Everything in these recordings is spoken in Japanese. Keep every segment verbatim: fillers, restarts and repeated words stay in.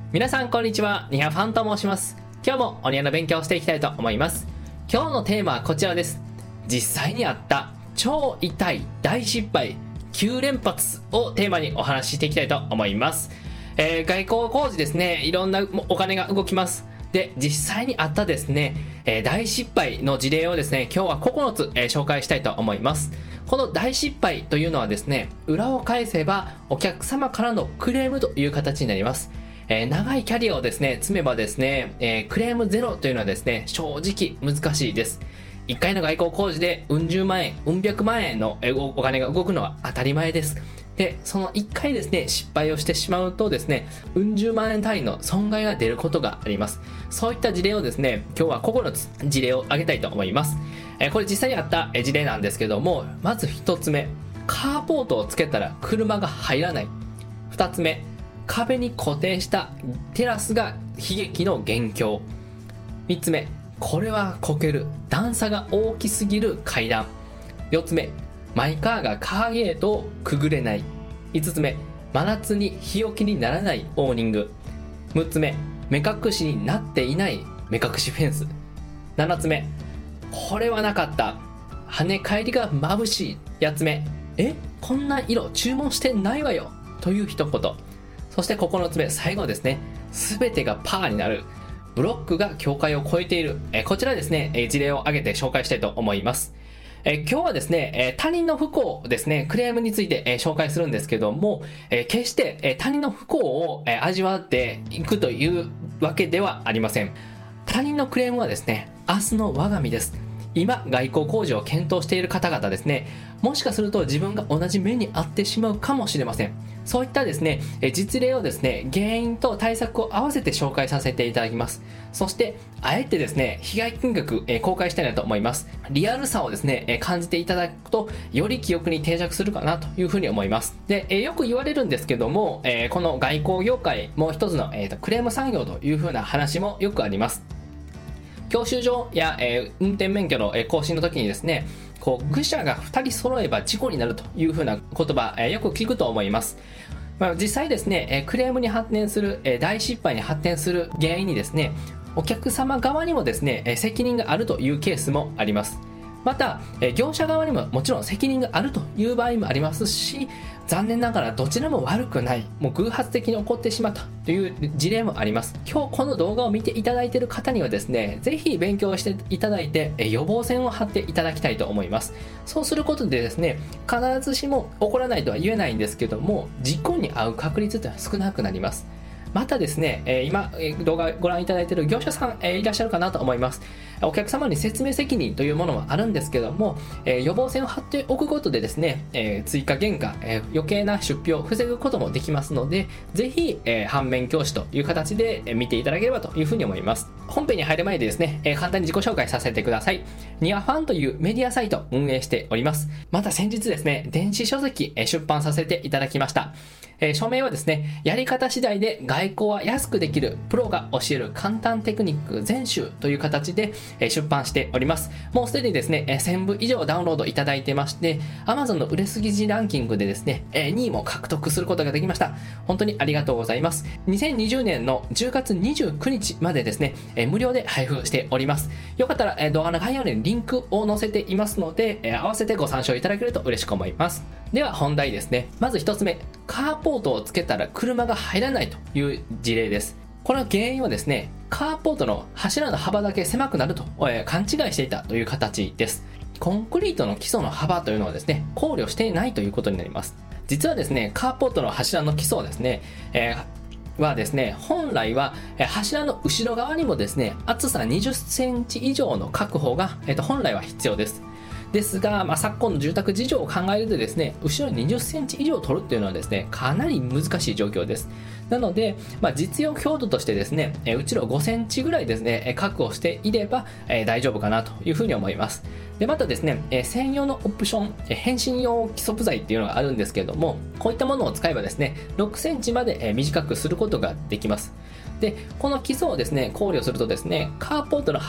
皆さんこんにちは、ニハファンと申します。今日もお庭の勉強をしていきたいと思います。今日のテーマはこちらです。実際にあった超痛い大失敗きゅう連発をテーマにお話ししていきたいと思います。えー、外交工事ですね、いろんなお金が動きます。で、実際にあったですね、えー、大失敗の事例をですね、今日はここのつ、えー、紹介したいと思います。この大失敗というのはですね、裏を返せばお客様からのクレームという形になります。えー、長いキャリアをですね、積めばですね、えー、クレームゼロというのはですね、正直難しいです。いっかいの外交工事でうん十万円、うん百万円のお金が動くのは当たり前です。で、そのいっかいですね、失敗をしてしまうとですね、うん十万円単位の損害が出ることがあります。そういった事例をですね、今日はここのつ事例を挙げたいと思います。えー、これ実際にあった事例なんですけども、まずひとつめ、カーポートをつけたら車が入らない。ふたつめ、壁に固定したテラスが悲劇の元凶。みっつめ、これはこける、段差が大きすぎる階段。よっつめ、マイカーがカーゲートをくぐれない。いつつめ、真夏に日よけにならないオーニング。むっつめ、目隠しになっていない目隠しフェンス。ななつめ、これはなかった、跳ね返りが眩しい。やっつめ、え、こんな色注文してないわよという一言。そしてここのつめ、最後ですね、すべてがパーになる、ブロックが境界を越えている。えこちらですね、事例を挙げて紹介したいと思います。え今日はですね、他人の不幸ですね、クレームについて紹介するんですけども、決して他人の不幸を味わっていくというわけではありません。他人のクレームはですね、明日の我が身です。今外交工事を検討している方々ですね、もしかすると自分が同じ目に遭ってしまうかもしれません。そういったですね、実例をですね、原因と対策を合わせて紹介させていただきます。そしてあえてですね、被害金額公開したいなと思います。リアルさをですね、感じていただくとより記憶に定着するかなというふうに思います。で、よく言われるんですけども、この外交業界も一つのクレーム産業というふうな話もよくあります。教習所や、えー、運転免許の、えー、更新の時にですね、こう愚者がふたり揃えば事故になるというふうな言葉、えー、よく聞くと思います。まあ、実際ですね、えー、クレームに発展する、えー、大失敗に発展する原因にですね、お客様側にもですね、えー、責任があるというケースもあります。また、えー、業者側にももちろん責任があるという場合もありますし、残念ながらどちらも悪くない、もう偶発的に起こってしまったという事例もあります。今日この動画を見ていただいている方にはですね、ぜひ勉強していただいて予防線を張っていただきたいと思います。そうすることでですね、必ずしも起こらないとは言えないんですけども、事故に遭う確率というのは少なくなります。またですね、今動画ご覧いただいている業者さんいらっしゃるかなと思います。お客様に説明責任というものもあるんですけども、予防線を張っておくことでですね、追加原価、余計な出費を防ぐこともできますので、ぜひ反面教師という形で見ていただければというふうに思います。本編に入る前でですね、簡単に自己紹介させてください。ニアファンというメディアサイト運営しております。また先日ですね、電子書籍出版させていただきました。えー、署名はですね、やり方次第で外交は安くできるプロが教える簡単テクニック全集という形で、えー、出版しております。もうすでにですね、えー、せんぶ以上ダウンロードいただいてまして、Amazon の売れすぎ時ランキングでですね、えー、にいも獲得することができました。本当にありがとうございます。にせんにじゅうねんのじゅうがつにじゅうくにちまでですね、えー、無料で配布しております。よかったら、えー、動画の概要欄にリンクを載せていますので、えー、合わせてご参照いただけると嬉しく思います。では本題ですね。まず一つ目、カーポートをつけたら車が入らないという事例です。この原因はですね、カーポートの柱の幅だけ狭くなると、えー、勘違いしていたという形です。コンクリートの基礎の幅というのはですね、考慮していないということになります。実はですね、カーポートの柱の基礎ですね、えーはですね、本来は柱の後ろ側にもですね、厚さにじゅっセンチ以上の確保が、えー、と本来は必要です。ですが、まあ、昨今の住宅事情を考えるとですね、後ろににじゅっセンチ以上取るっていうのはですね、かなり難しい状況です。なので、まあ、実用強度としてですね、え後ろごセンチぐらいですね、確保していれば、えー、大丈夫かなというふうに思います。で、またですね、えー、専用のオプション、えー、変身用基礎部材っていうのがあるんですけれども、こういったものを使えばですね、ろくセンチまで短くすることができます。で、この基礎をですね、考慮するとですね、カーポートの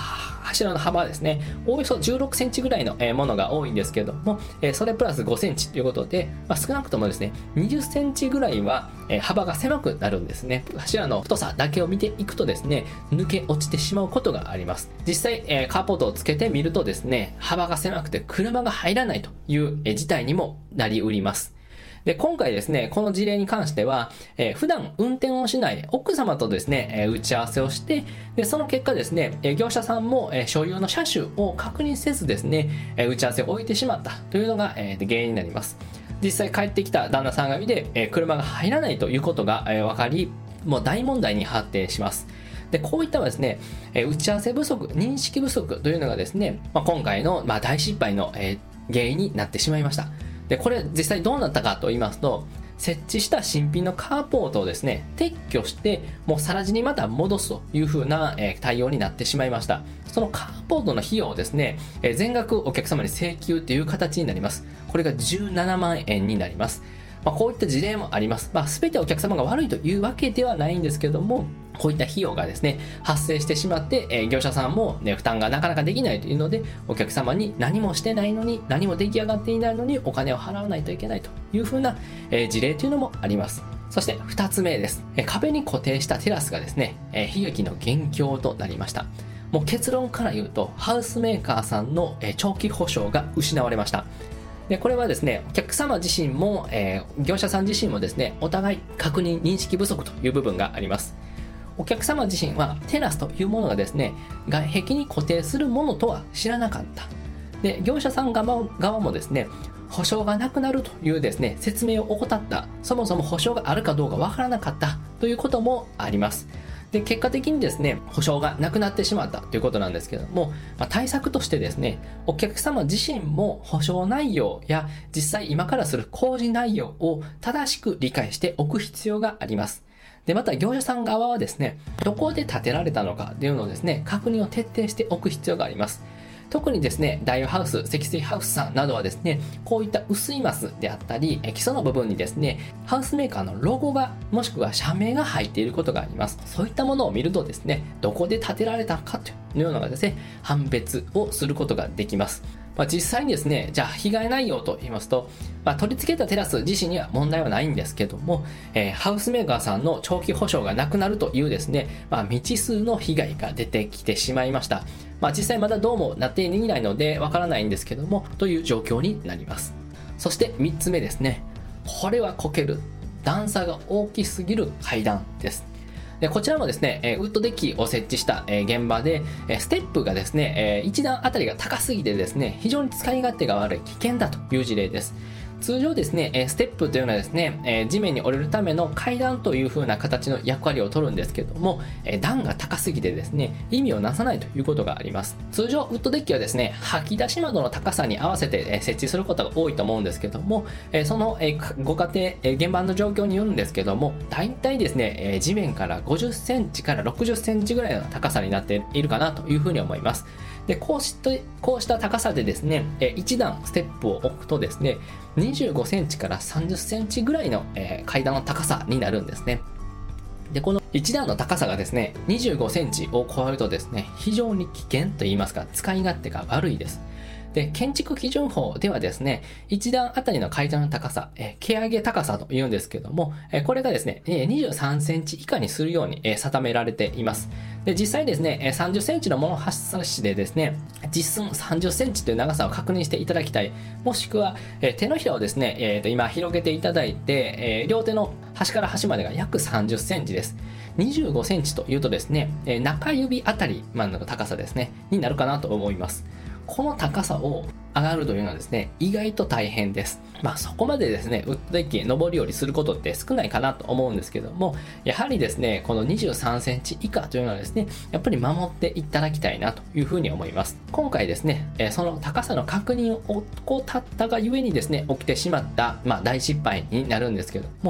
柱の幅ですね、おおよそじゅうろくセンチぐらいのものが多いんですけども、それプラスごセンチということで、まあ、少なくともですね、にじゅっセンチぐらいは幅が狭くなるんですね。柱の太さだけを見ていくとですね、抜け落ちてしまうことがあります。実際、カーポートをつけてみるとですね、幅が狭くて車が入らないという事態にもなりうります。で、今回ですね、この事例に関しては、えー、普段運転をしない奥様とですね、えー、打ち合わせをして、で、その結果ですね、えー、業者さんも、えー、所有の車種を確認せずですね、えー、打ち合わせを置いてしまったというのが、えー、原因になります。実際帰ってきた旦那さんが見て、えー、車が入らないということが、えー、分かり、もう大問題に発展します。で、こういったですね、えー、打ち合わせ不足、認識不足というのがですね、まあ、今回の、まあ、大失敗の、えー、原因になってしまいました。で、これ実際どうなったかと言いますと、設置した新品のカーポートをですね、撤去して、もう更地にまた戻すという風な、えー、対応になってしまいました。そのカーポートの費用をですね、えー、全額お客様に請求という形になります。これがじゅうななまんえんになります。まあ、こういった事例もあります。まあ、全てお客様が悪いというわけではないんですけども、こういった費用がですね、発生してしまって、えー、業者さんも、ね、負担がなかなかできないというので、お客様に何もしてないのに、何も出来上がっていないのにお金を払わないといけないというふうな、えー、事例というのもあります。そしてふたつめです。えー、壁に固定したテラスがですね、えー、悲劇の元凶となりました。もう結論から言うと、ハウスメーカーさんの、えー、長期保証が失われました。で、これはですね、お客様自身も、えー、業者さん自身もですね、お互い確認認識不足という部分があります。お客様自身はテラスというものがですね、外壁に固定するものとは知らなかった。で、業者さん側もですね、保証がなくなるというですね、説明を怠った。そもそも保証があるかどうかわからなかったということもあります。で、結果的にですね、保証がなくなってしまったということなんですけども、まあ、対策としてですね、お客様自身も保証内容や実際今からする工事内容を正しく理解しておく必要があります。で、また業者さん側はですね、どこで建てられたのかというのをですね、確認を徹底しておく必要があります。特にですね、ダイオハウス、積水ハウスさんなどはですね、こういった薄いマスであったり、基礎の部分にですね、ハウスメーカーのロゴが、もしくは社名が入っていることがあります。そういったものを見るとですね、どこで建てられたかというのがですね、判別をすることができます。まあ、実際にですね、じゃあ被害内容と言いますと、まあ、取り付けたテラス自身には問題はないんですけども、えー、ハウスメーカーさんの長期保証がなくなるというですね、まあ、未知数の被害が出てきてしまいました。まあ、実際まだどうもなっていないのでわからないんですけども、という状況になります。そしてみっつめですね。これはこける。段差が大きすぎる階段です。で、こちらもですね、ウッドデッキを設置した現場で、ステップがですね、いち段あたりが高すぎてですね、非常に使い勝手が悪い、危険だという事例です。通常ですね、ステップというのはですね、地面に降りるための階段という風な形の役割を取るんですけども、段が高すぎてですね、意味をなさないということがあります。通常、ウッドデッキはですね、吐き出し窓の高さに合わせて設置することが多いと思うんですけども、そのご家庭、現場の状況によるんですけども、大体ですね、地面からごじゅっセンチからろくじゅっセンチぐらいの高さになっているかなというふうに思います。で、こうした、こうした高さでですね、いち段ステップを置くとですね、にじゅうごセンチからさんじゅっセンチぐらいの階段の高さになるんですね。で、このいち段の高さがですね、にじゅうごセンチを超えるとですね、非常に危険と言いますか、使い勝手が悪いです。で、建築基準法ではですね、いち段あたりの階段の高さ、えー、蹴上げ高さと言うんですけども、えー、これがですね、にじゅうさんセンチ以下にするように、えー、定められています。で、実際ですね、さんじゅっセンチの物差しでですね、実寸さんじゅっセンチという長さを確認していただきたい。もしくは、えー、手のひらをですね、えーと、今広げていただいて、えー、両手の端から端までが約さんじゅっセンチです。にじゅうごセンチというとですね、えー、中指あたりまでの高さですね、になるかなと思います。この高さを上がるというのはですね、意外と大変です。まあそこまでですね、ウッドデッキに上り下りすることって少ないかなと思うんですけども、やはりですね、このにじゅうさんセンチ以下というのはですね、やっぱり守っていただきたいなというふうに思います。今回ですね、その高さの確認を怠ったがゆえにですね、起きてしまった、まあ、大失敗になるんですけども、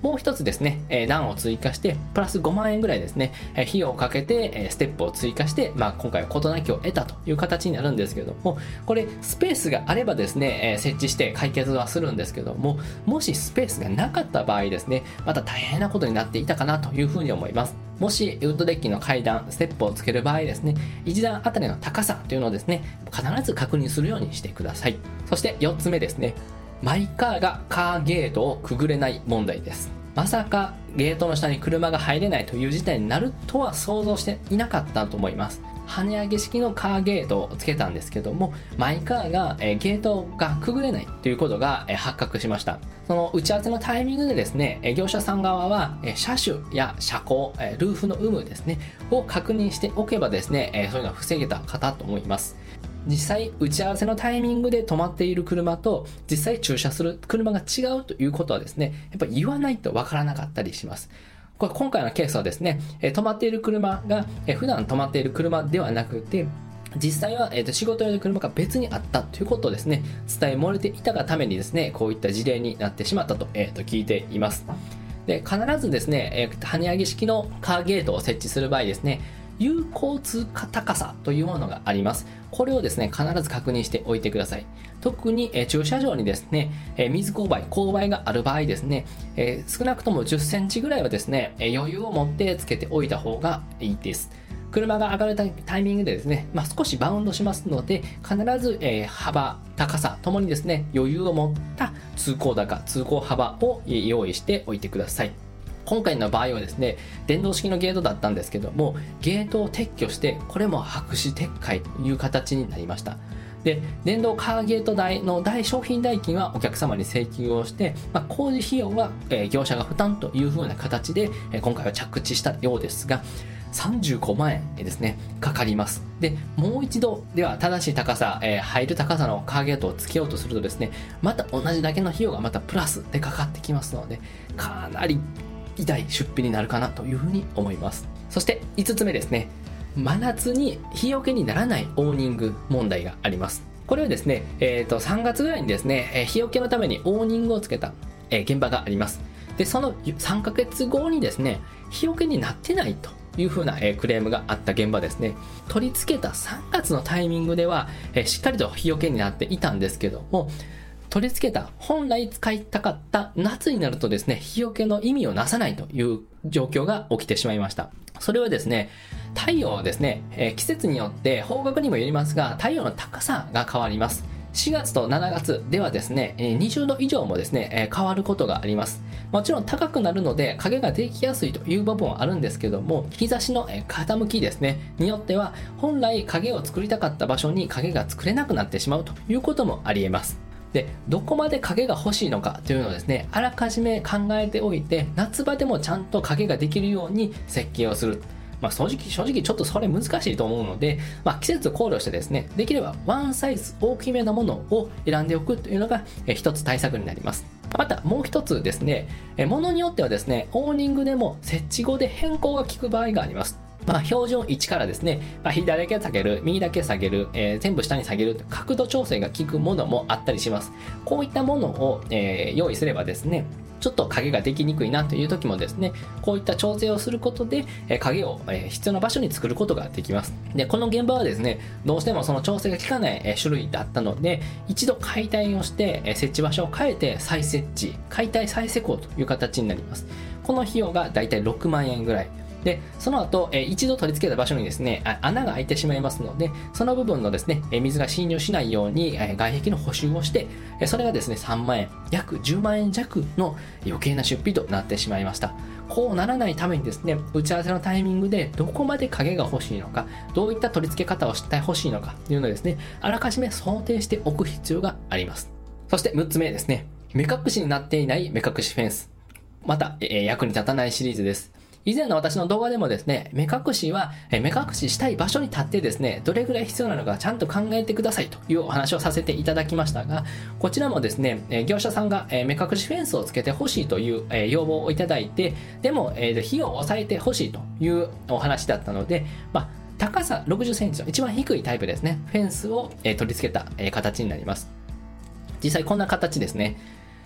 もう一つですね、えー、段を追加して、プラスごまんえんぐらいですね、えー、費用をかけて、えー、ステップを追加して、まあ、今回は事なきを得たという形になるんですけども、これ、スペースがあればですね、えー、設置して解決はするんですけども、もしスペースがなかった場合ですね、また大変なことになっていたかなというふうに思います。もしウッドデッキの階段、ステップをつける場合ですね、いち段あたりの高さというのをですね、必ず確認するようにしてください。そしてよっつめですね、マイカーがカーゲートをくぐれない問題です。まさかゲートの下に車が入れないという事態になるとは想像していなかったと思います。跳ね上げ式のカーゲートをつけたんですけども、マイカーが、えー、ゲートがくぐれないということが、えー、発覚しました。その打ち合わせのタイミングでですね、えー、業者さん側は、えー、車種や車高、えー、ルーフの有無ですねを確認しておけばですね、えー、そういうのは防げたかと思います。実際打ち合わせのタイミングで止まっている車と実際駐車する車が違うということはですね、やっぱり言わないとわからなかったりします。これ今回のケースはですね、止まっている車が普段止まっている車ではなくて、実際は仕事用の車が別にあったということをですね、伝え漏れていたがためにですね、こういった事例になってしまったと聞いています。で、必ずですね、跳ね上げ式のカーゲートを設置する場合ですね、有効通過高さというものがあります。これをですね、必ず確認しておいてください。特に、えー、駐車場にですね、えー、水勾配、勾配がある場合ですね、えー、少なくともじゅっセンチぐらいはですね、えー、余裕を持ってつけておいた方がいいです。車が上がるタイミングでですね、まあ、少しバウンドしますので、必ず、えー、幅、高さともにですね、余裕を持った通行高、通行幅を用意しておいてください。今回の場合はですね、電動式のゲートだったんですけども、ゲートを撤去して、これも白紙撤回という形になりました。で、電動カーゲート代の代商品代金はお客様に請求をして、まあ、工事費用は、えー、業者が負担という風な形で、えー、今回は着地したようですが、さんじゅうごまんえんですね、かかります。で、もう一度、では正しい高さ、えー、入る高さのカーゲートをつけようとするとですね、また同じだけの費用がまたプラスでかかってきますので、かなり痛い出費になるかなというふうに思います。そしていつつめですね、真夏に日よけにならないオーニング問題があります。これはですね、えー、とさんがつぐらいにですね、日よけのためにオーニングをつけた、えー、現場があります。で、そのさんかげつごにですね、日よけになってないというふうな、えー、クレームがあった現場ですね。取り付けたさんがつのタイミングでは、えー、しっかりと日よけになっていたんですけども、取り付けた本来使いたかった夏になるとですね、日よけの意味をなさないという状況が起きてしまいました。それはですね、太陽ですね、えー、季節によって方角にもよりますが、太陽の高さが変わります。しがつとしちがつではですね、にじゅうど以上もですね、変わることがあります。もちろん高くなるので影ができやすいという部分はあるんですけども、日差しの傾きですね、によっては本来影を作りたかった場所に影が作れなくなってしまうということもあり得ます。で、どこまで影が欲しいのかというのをですね、あらかじめ考えておいて、夏場でもちゃんと影ができるように設計をする。まあ、正直、正直ちょっとそれ難しいと思うので、まあ、季節を考慮してですね、できればワンサイズ大きめなものを選んでおくというのが一つ対策になります。またもう一つですね、ものによってはですね、オーニングでも設置後で変更が効く場合があります。まあ、標準位置からですね、まあ、左だけ下げる、右だけ下げる、えー、全部下に下げる、角度調整が効くものもあったりします。こういったものを、えー、用意すればですね、ちょっと影ができにくいなという時もですね、こういった調整をすることで、えー、影を、えー、必要な場所に作ることができます。で、この現場はですね、どうしてもその調整が効かない、えー、種類だったので、一度解体をして、えー、設置場所を変えて再設置、解体再施工という形になります。この費用がだいたいろくまんえんぐらい。で、その後、えー、一度取り付けた場所にですね、穴が開いてしまいますので、その部分のですね、水が侵入しないように、えー、外壁の補修をして、それがですね、さんまんえん、約じゅうまんえん弱の余計な出費となってしまいました。こうならないためにですね、打ち合わせのタイミングでどこまで影が欲しいのか、どういった取り付け方をしてほしいのかというのをですね、あらかじめ想定しておく必要があります。そしてむっつめですね、目隠しになっていない目隠しフェンス。また、えー、役に立たないシリーズです。以前の私の動画でもですね、目隠しは目隠ししたい場所に立ってですね、どれぐらい必要なのかちゃんと考えてくださいというお話をさせていただきましたが、こちらもですね、業者さんが目隠しフェンスをつけてほしいという要望をいただいて、でも費用を抑えてほしいというお話だったので、まあ、高さろくじゅっセンチの一番低いタイプですね、フェンスを取り付けた形になります。実際こんな形ですね。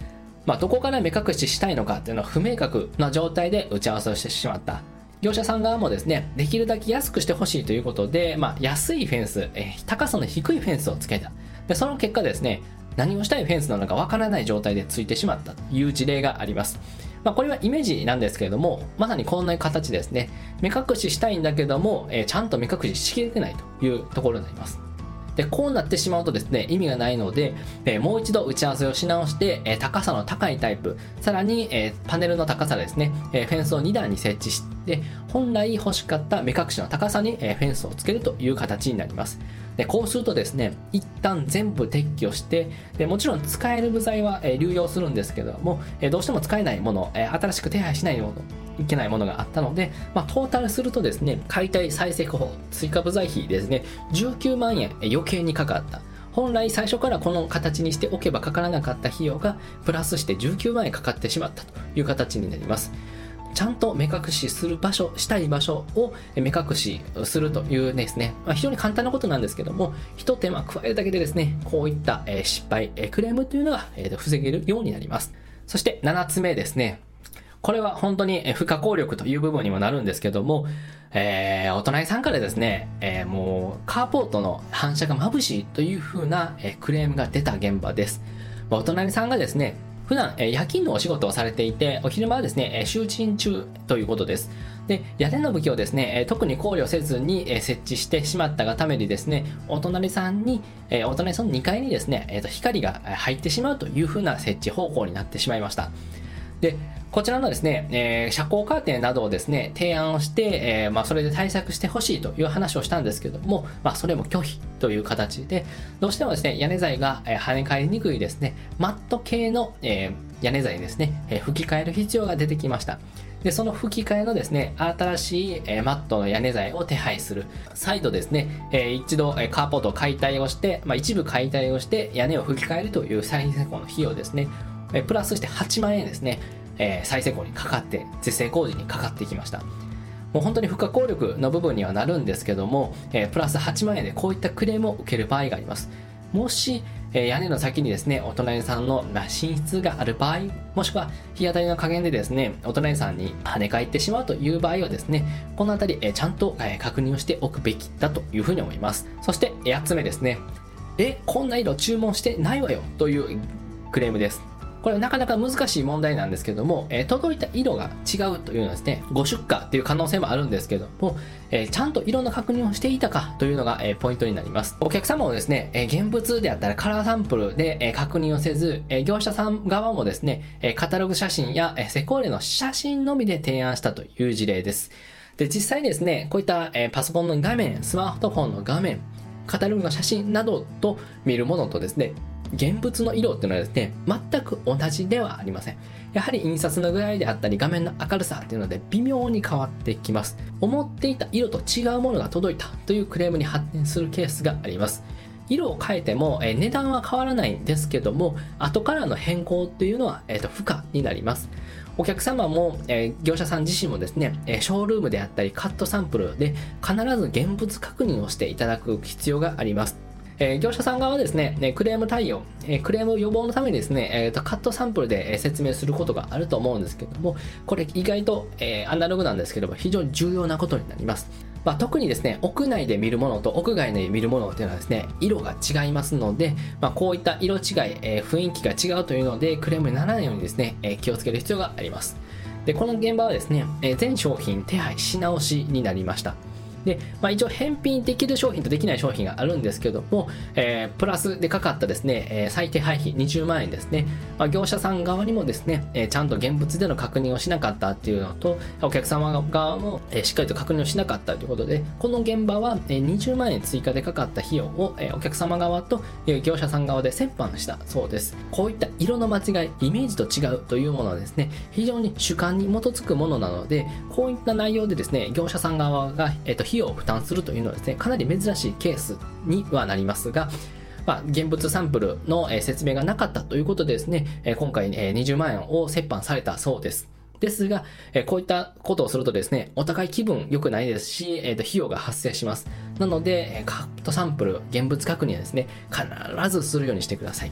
まあ、どこから目隠ししたいのかっていうのは不明確な状態で打ち合わせをしてしまった。業者さん側もですね、できるだけ安くしてほしいということで、まあ、安いフェンス、えー、高さの低いフェンスをつけた。で、その結果ですね、何をしたいフェンスなのかわからない状態でついてしまったという事例があります。まあ、これはイメージなんですけれども、まさにこんな形ですね。目隠ししたいんだけども、えー、ちゃんと目隠ししきれてないというところになります。で、こうなってしまうとですね、意味がないので、えー、もう一度打ち合わせをし直して、えー、高さの高いタイプ、さらに、えー、パネルの高さですね、えー、フェンスをに段に設置して、本来欲しかった目隠しの高さに、えー、フェンスをつけるという形になります。で、こうするとですね、一旦全部撤去して、でもちろん使える部材は、えー、流用するんですけども、えー、どうしても使えないもの、えー、新しく手配しないもの、いけないものがあったので、まあ、トータルするとですね、解体再施工追加部材費ですね、じゅうきゅうまんえん余計にかかった。本来最初からこの形にしておけばかからなかった費用がプラスしてじゅうきゅうまんえんかかってしまったという形になります。ちゃんと目隠しする場所、したい場所を目隠しするというですね、まあ、非常に簡単なことなんですけども、一手間加えるだけでですね、こういった失敗、クレームというのが防げるようになります。そしてななつめですね。これは本当に不可抗力という部分にもなるんですけども、えー、お隣さんからですね、えー、もうカーポートの反射が眩しいという風なクレームが出た現場です。お隣さんがですね、普段夜勤のお仕事をされていて、お昼間はですね、就寝中ということです。で、屋根の武器をですね、特に考慮せずに設置してしまったがためにですね、お隣さんに、お隣さんのにかいにですね、光が入ってしまうという風な設置方法になってしまいました。で、こちらのですね、えー、遮光カーテンなどをですね、提案をして、えー、まあ、それで対策してほしいという話をしたんですけども、まあ、それも拒否という形で、どうしてもですね、屋根材が、えー、跳ね返りにくいですね、マット系の、えー、屋根材にですね、えー、吹き替える必要が出てきました。で、その吹き替えのですね、新しい、えー、マットの屋根材を手配する。再度ですね、えー、一度、えー、カーポートを解体をして、まあ、一部解体をして屋根を吹き替えるという再施工の費用ですね、えー、プラスしてはちまんえんですね、えー、再施工にかかって、是正工事にかかってきました。もう本当に不可抗力の部分にはなるんですけども、えー、プラスはちまんえんでこういったクレームを受ける場合があります。もし、えー、屋根の先にですね、お隣さんの寝室がある場合、もしくは日当たりの加減でですね、お隣さんに跳ね返ってしまうという場合はですね、このあたり、えー、ちゃんと、えー、確認をしておくべきだというふうに思います。そしてやっつめですね、え、こんな色注文してないわよというクレームです。これはなかなか難しい問題なんですけども、えー、届いた色が違うというのはですね、誤出荷っていう可能性もあるんですけども、えー、ちゃんと色の確認をしていたかというのが、えー、ポイントになります。お客様もですね、えー、現物であったらカラーサンプルで、えー、確認をせず、えー、業者さん側もですね、えー、カタログ写真や、えー、施工例の写真のみで提案したという事例です。で、実際ですね、こういった、えー、パソコンの画面、スマートフォンの画面、カタログの写真などと見るものとですね、現物の色っていうのはですね、全く同じではありません。やはり印刷の具合であったり画面の明るさっていうので微妙に変わってきます。思っていた色と違うものが届いたというクレームに発展するケースがあります。色を変えても、えー、値段は変わらないんですけども、後からの変更っていうのは、えーと、不可になります。お客様も、えー、業者さん自身もですね、えー、ショールームであったりカットサンプルで必ず現物確認をしていただく必要があります。えー、業者さん側はですね、クレーム対応、えー、クレーム予防のためにですね、えーと、カットサンプルで説明することがあると思うんですけども、これ意外と、えー、アナログなんですけども、非常に重要なことになります。まあ、特にですね、屋内で見るものと屋外で見るものっていうのはですね、色が違いますので、まあ、こういった色違い、えー、雰囲気が違うというので、クレームにならないようにですね、えー、気をつける必要があります。で、この現場はですね、えー、全商品手配し直しになりました。で、まあ、一応返品できる商品とできない商品があるんですけども、えー、プラスでかかったですね、えー、最低配費にじゅうまんえんですね、まあ、業者さん側にもですね、えー、ちゃんと現物での確認をしなかったっていうのと、お客様側も、えー、しっかりと確認をしなかったということで、この現場は、えー、にじゅうまんえん追加でかかった費用を、えー、お客様側と、えー、業者さん側で折半したそうです。こういった色の間違い、イメージと違うというものはですね、非常に主観に基づくものなので、こういった内容でですね、業者さん側が、えー、と費用を負担するというのはですね、かなり珍しいケースにはなりますが、まあ、現物サンプルの説明がなかったということでですね、今回にじゅうまんえんを折半されたそうです。ですが、こういったことをするとですね、お互い気分良くないですし、費用が発生します。なので、カットサンプル、現物確認はですね、必ずするようにしてください。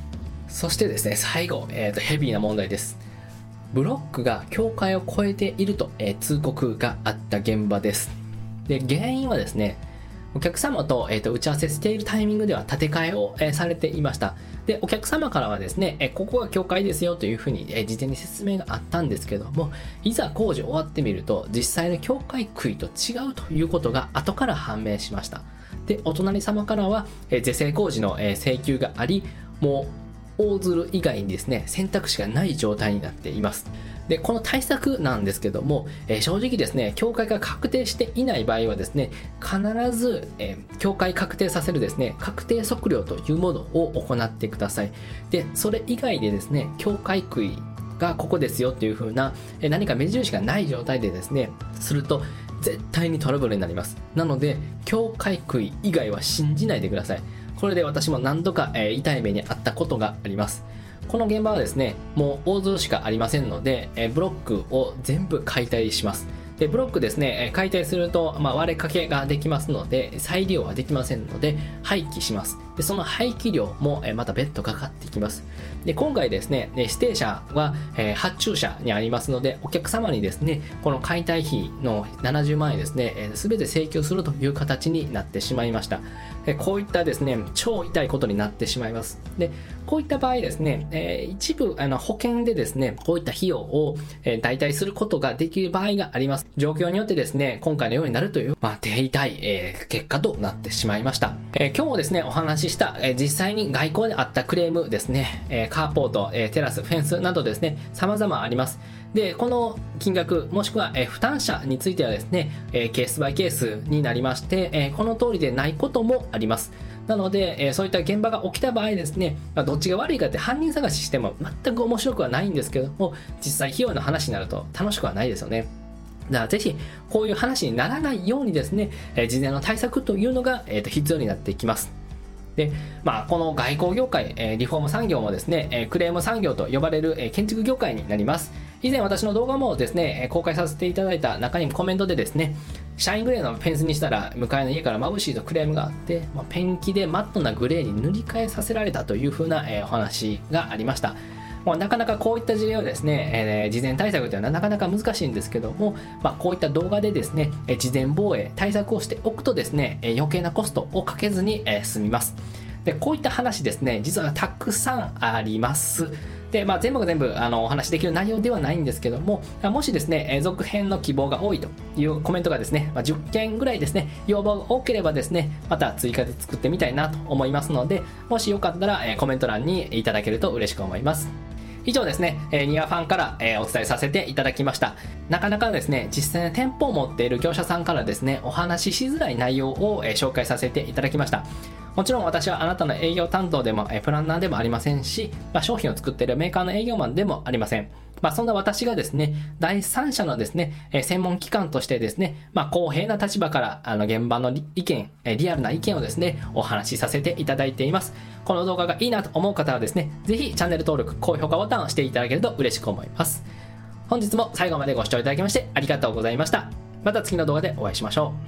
そしてですね、最後、えーと、ヘビーな問題です。ブロックが境界を越えていると、えー、通告があった現場です。で、原因はですね、お客様と、えーと打ち合わせしているタイミングでは建て替えを、えー、されていました。で、お客様からはですね、えー、ここが境界ですよというふうに、えー、事前に説明があったんですけども、いざ工事終わってみると、実際の境界区域と違うということが後から判明しました。で、お隣様からは、えー、是正工事の、えー、請求があり、もう大鶴以外にですね、選択肢がない状態になっています。で、この対策なんですけども、えー、正直ですね、境界が確定していない場合はですね、必ず、えー、境界確定させるですね、確定測量というものを行ってください。で、それ以外でですね、境界区域がここですよっていう風な、えー、何か目印がない状態でですね、すると絶対にトラブルになります。なので、境界区域以外は信じないでください。これで私も何度か、えー、痛い目にあったことがあります。この現場はですね、もう大鶴しかありませんので、えブロックを全部解体します。で、ブロックですね、解体すると、まあ、割れかけができますので、再利用はできませんので、廃棄します。で、その廃棄料も、えまた別途かかってきます。で、今回ですね、指定車は、えー、発注者にありますので、お客様にですね、この解体費のななじゅうまんえんですね、すべ、えー、て請求するという形になってしまいました。で、こういったですね、超痛いことになってしまいます。で、こういった場合ですね、えー、一部あの保険でですね、こういった費用を、えー、代替することができる場合があります。状況によってですね、今回のようになるという、まあ、手痛い、えー、結果となってしまいました。えー、今日もですね、お話しした、えー、実際に外交であったクレームですね、えー、カーポート、えー、テラス、フェンスなどですね、様々あります。で、この金額、もしくは、えー、負担者についてはですね、えー、ケースバイケースになりまして、えー、この通りでないこともあります。なので、えー、そういった現場が起きた場合ですね、まあ、どっちが悪いかって犯人探ししても全く面白くはないんですけども、実際費用の話になると楽しくはないですよね。だからぜひこういう話にならないようにですね、えー、事前の対策というのが、えー、と必要になってきます。で、まあ、この外交業界、えー、リフォーム産業もですね、えー、クレーム産業と呼ばれる、えー、建築業界になります。以前私の動画もですね、公開させていただいた中にコメントでですね、シャイングレーのフェンスにしたら向かいの家から眩しいとクレームがあって、まあ、ペンキでマットなグレーに塗り替えさせられたというふうな、えー、お話がありました。まあ、なかなかこういった事例をですね、えー、事前対策というのはなかなか難しいんですけども、まあ、こういった動画でですね、えー、事前防衛対策をしておくとですね、えー、余計なコストをかけずに、えー、済みます。で、こういった話ですね、実はたくさんあります。で、まあ、全部が全部あのお話しできる内容ではないんですけども、もしですね、続編の希望が多いというコメントがですね、まあ、じゅっけんぐらいですね、要望が多ければですね、また追加で作ってみたいなと思いますので、もしよかったらコメント欄にいただけると嬉しく思います。以上ですね、ニアファンからお伝えさせていただきました。なかなかですね、実際の店舗を持っている業者さんからですね、お話ししづらい内容を紹介させていただきました。もちろん私はあなたの営業担当でもプランナーでもありませんし、まあ、商品を作っているメーカーの営業マンでもありません。まあ、そんな私がですね、第三者のですね、専門機関としてですね、まあ、公平な立場からあの現場の意見、リアルな意見をですね、お話しさせていただいています。この動画がいいなと思う方はですね、ぜひチャンネル登録、高評価ボタンを押していただけると嬉しく思います。本日も最後までご視聴いただきましてありがとうございました。また次の動画でお会いしましょう。